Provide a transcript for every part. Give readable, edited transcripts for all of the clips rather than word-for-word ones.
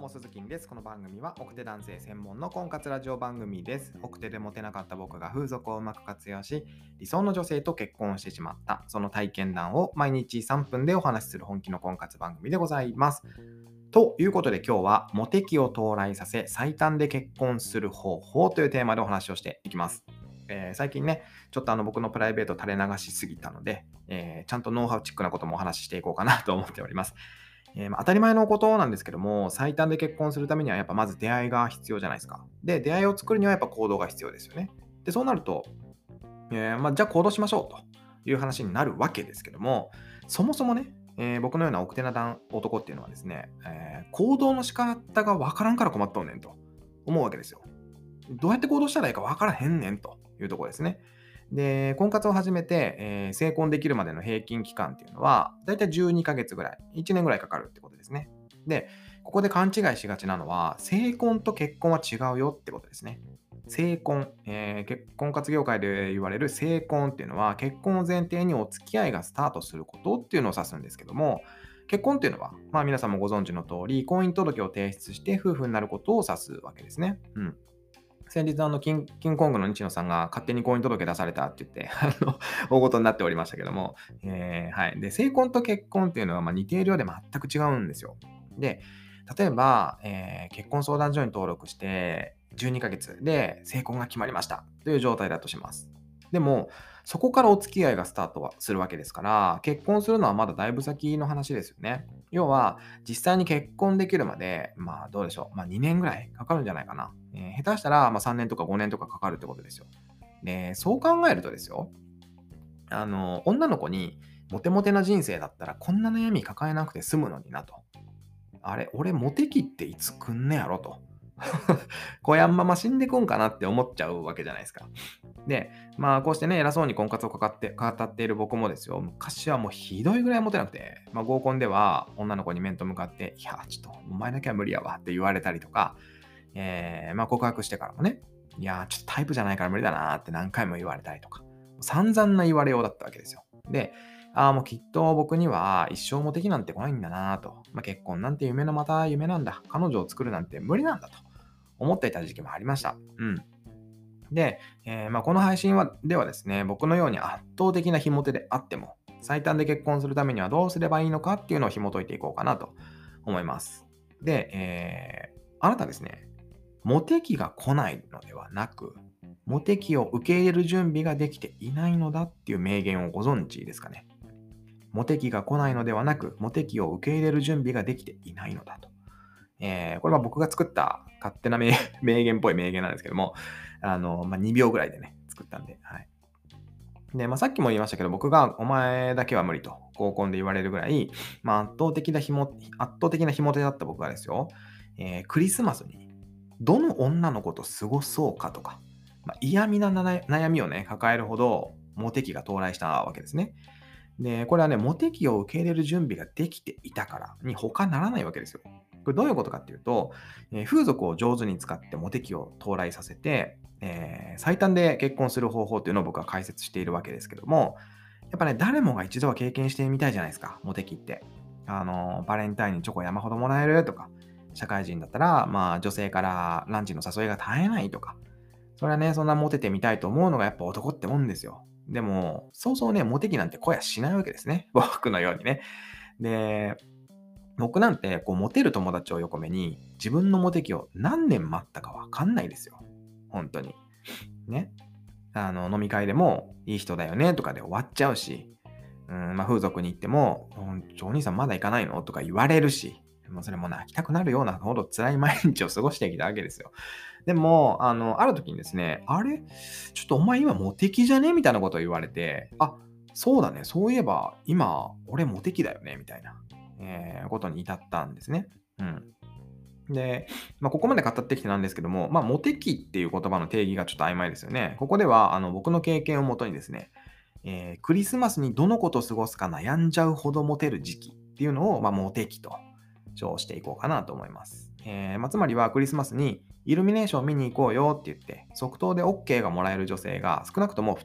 鈴木です。この番組は奥手男性専門の婚活ラジオ番組です。奥手でモテなかった僕が風俗をうまく活用し、理想の女性と結婚してしまったその体験談を毎日3分でお話しする本気の婚活番組でございます。ということで今日はモテ期を到来させ最短で結婚する方法というテーマでお話をしていきます。最近ね、ちょっと僕のプライベート垂れ流しすぎたので、ちゃんとノウハウチックなこともお話ししていこうかなと思っております。当たり前のことなんですけども、最短で結婚するためにはやっぱまず出会いが必要じゃないですか。で、出会いを作るにはやっぱ行動が必要ですよね。で、そうなると、じゃあ行動しましょうという話になるわけですけども、そもそもね、僕のような奥手な男っていうのはですね、行動の仕方がわからんから困っとんねんと思うわけですよ。どうやって行動したらいいかわからへんねんというところですね。で、婚活を始めて、成婚できるまでの平均期間っていうのは、だいたい12ヶ月ぐらい、1年ぐらいかかるってことですね。で、ここで勘違いしがちなのは、成婚と結婚は違うよってことですね。成婚、婚活業界で言われる成婚っていうのは、結婚を前提にお付き合いがスタートすることっていうのを指すんですけども、結婚っていうのは、皆さんもご存知の通り、婚姻届を提出して夫婦になることを指すわけですね。先日キングコングの西野さんが勝手に婚姻届出されたって言って、大事になっておりましたけども、はい。で、成婚と結婚っていうのは似ているようで全く違うんですよ。で、例えば、結婚相談所に登録して12ヶ月で成婚が決まりましたという状態だとします。でも、そこからお付き合いがスタートはするわけですから、結婚するのはまだだいぶ先の話ですよね。要は、実際に結婚できるまで、どうでしょう。2年ぐらいかかるんじゃないかな。下手したら、3年とか5年とかかかるってことですよ。で、そう考えるとですよ、女の子にモテモテな人生だったらこんな悩み抱えなくて済むのになと。あれ、俺モテ期っていつ来んねやろと。こやんまま死んでくんかなって思っちゃうわけじゃないですか。で、こうしてね、偉そうに婚活を語っている僕もですよ、昔はもうひどいぐらいモテなくて、合コンでは女の子に面と向かって、いや、ちょっとお前だけは無理やわって言われたりとか、告白してからもね、いや、ちょっとタイプじゃないから無理だなって何回も言われたりとか、散々な言われようだったわけですよ。で、もうきっと僕には一生モテ期なんて来ないんだなと、結婚なんて夢のまた夢なんだ、彼女を作るなんて無理なんだと思っていた時期もありました。で、この配信ではですね、僕のように圧倒的な非モテであっても、最短で結婚するためにはどうすればいいのかっていうのを紐解いていこうかなと思います。で、あなたですね、モテ期が来ないのではなく、モテ期を受け入れる準備ができていないのだっていう名言をご存知ですかね。モテ期が来ないのではなく、モテ期を受け入れる準備ができていないのだと。これは僕が作った勝手な名言っぽい名言なんですけども、2秒ぐらいでね、作ったんで、はい。で、さっきも言いましたけど、僕がお前だけは無理と合コンで言われるぐらい、圧倒的なひも手だった僕がですよ、クリスマスにどの女の子と過ごそうかとか、嫌味な悩みをね、抱えるほどモテ期が到来したわけですね。で、これはね、モテ期を受け入れる準備ができていたからに他ならないわけですよ。これどういうことかっていうと、風俗を上手に使ってモテ期を到来させて、最短で結婚する方法っていうのを僕は解説しているわけですけども、やっぱね、誰もが一度は経験してみたいじゃないですか、モテ期って。バレンタインにチョコ山ほどもらえるとか、社会人だったら、女性からランチの誘いが絶えないとか、それはね、そんなモテてみたいと思うのがやっぱ男ってもんですよ。でも、そうそうね、モテ期なんて来やしないわけですね。僕のようにね。で、僕なんて、モテる友達を横目に、自分のモテ期を何年待ったかわかんないですよ。本当に。ね。飲み会でも、いい人だよねとかで終わっちゃうし、風俗に行っても、お兄さんまだ行かないのとか言われるし、もうそれも泣きたくなるようなほど辛い毎日を過ごしてきたわけですよ。でも、ある時にですね、あれちょっとお前今モテ期じゃねみたいなことを言われて、あ、そうだね。そういえば今俺モテ期だよねみたいな、ことに至ったんですね。で、ここまで語ってきてなんですけども、モテ期っていう言葉の定義がちょっと曖昧ですよね。ここでは僕の経験をもとにですね、クリスマスにどの子と過ごすか悩んじゃうほどモテる時期っていうのを、モテ期と称していこうかなと思います。つまりはクリスマスにイルミネーション見に行こうよって言って、即答で OK がもらえる女性が少なくとも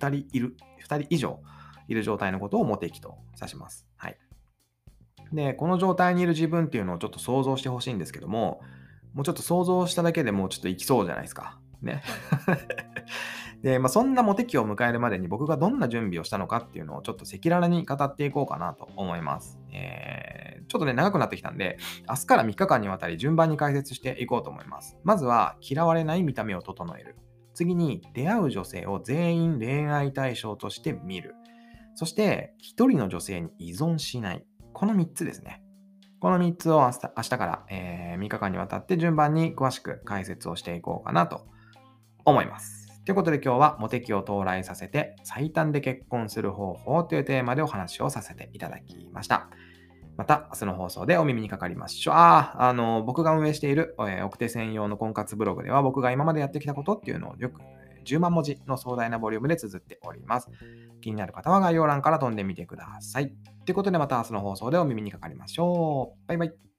2人以上いる状態のことをモテ期と指します。はい。で、この状態にいる自分っていうのをちょっと想像してほしいんですけども、 もうちょっと想像しただけでもうちょっといきそうじゃないですか。ね。で、そんなモテ期を迎えるまでに僕がどんな準備をしたのかっていうのをちょっと赤裸々に語っていこうかなと思います。ちょっとね、長くなってきたんで、明日から3日間にわたり順番に解説していこうと思います。まずは、嫌われない見た目を整える。次に、出会う女性を全員恋愛対象として見る。そして、一人の女性に依存しない。この3つですね。この3つを明日から、3日間にわたって順番に詳しく解説をしていこうかなと思います。ということで今日はモテ期を到来させて最短で結婚する方法というテーマでお話をさせていただきました。また明日の放送でお耳にかかりましょう。僕が運営している、奥手専用の婚活ブログでは僕が今までやってきたことっていうのをよく10万文字の壮大なボリュームで綴っております。気になる方は概要欄から飛んでみてください。ということでまた明日の放送でお耳にかかりましょう。バイバイ。